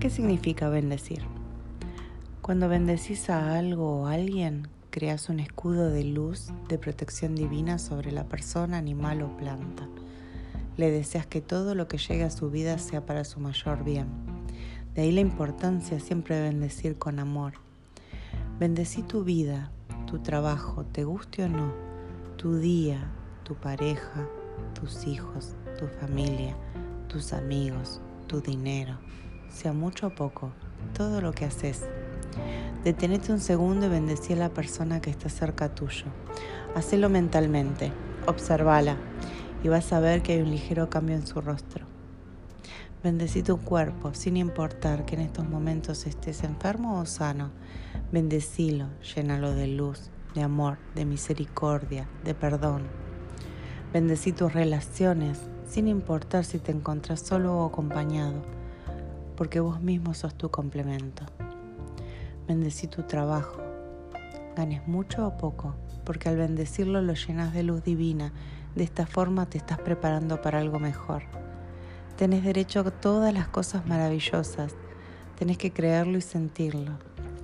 ¿Qué significa bendecir? Cuando bendecís a algo o a alguien, creas un escudo de luz, de protección divina sobre la persona, animal o planta. Le deseas que todo lo que llegue a su vida sea para su mayor bien. De ahí la importancia siempre de bendecir con amor. Bendecí tu vida, tu trabajo, te guste o no, tu día, tu pareja, tus hijos, tu familia, tus amigos, tu dinero, sea mucho o poco, todo lo que haces. Detenete un segundo y bendecí a la persona que está cerca tuyo. Hacelo mentalmente, observala y vas a ver que hay un ligero cambio en su rostro. Bendecí tu cuerpo, sin importar que en estos momentos estés enfermo o sano. Bendecilo, llénalo de luz, de amor, de misericordia, de perdón. Bendecí tus relaciones, sin importar si te encontrás solo o acompañado, porque vos mismo sos tu complemento. Bendecí tu trabajo, ganes mucho o poco, porque al bendecirlo lo llenas de luz divina. De esta forma te estás preparando para algo mejor. Tenés derecho a todas las cosas maravillosas, tenés que creerlo y sentirlo.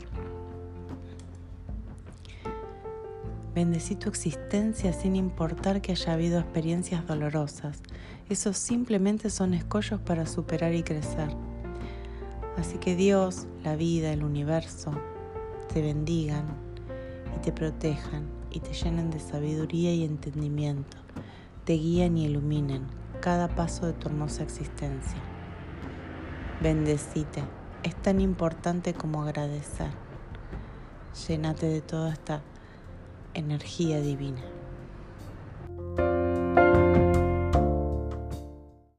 Bendecí tu existencia sin importar que haya habido experiencias dolorosas. Esos simplemente son escollos para superar y crecer. Así que Dios, la vida, el universo, te bendigan y te protejan y te llenen de sabiduría y entendimiento. Te guían y iluminen cada paso de tu hermosa existencia. Bendecite, es tan importante como agradecer. Llénate de toda esta energía divina.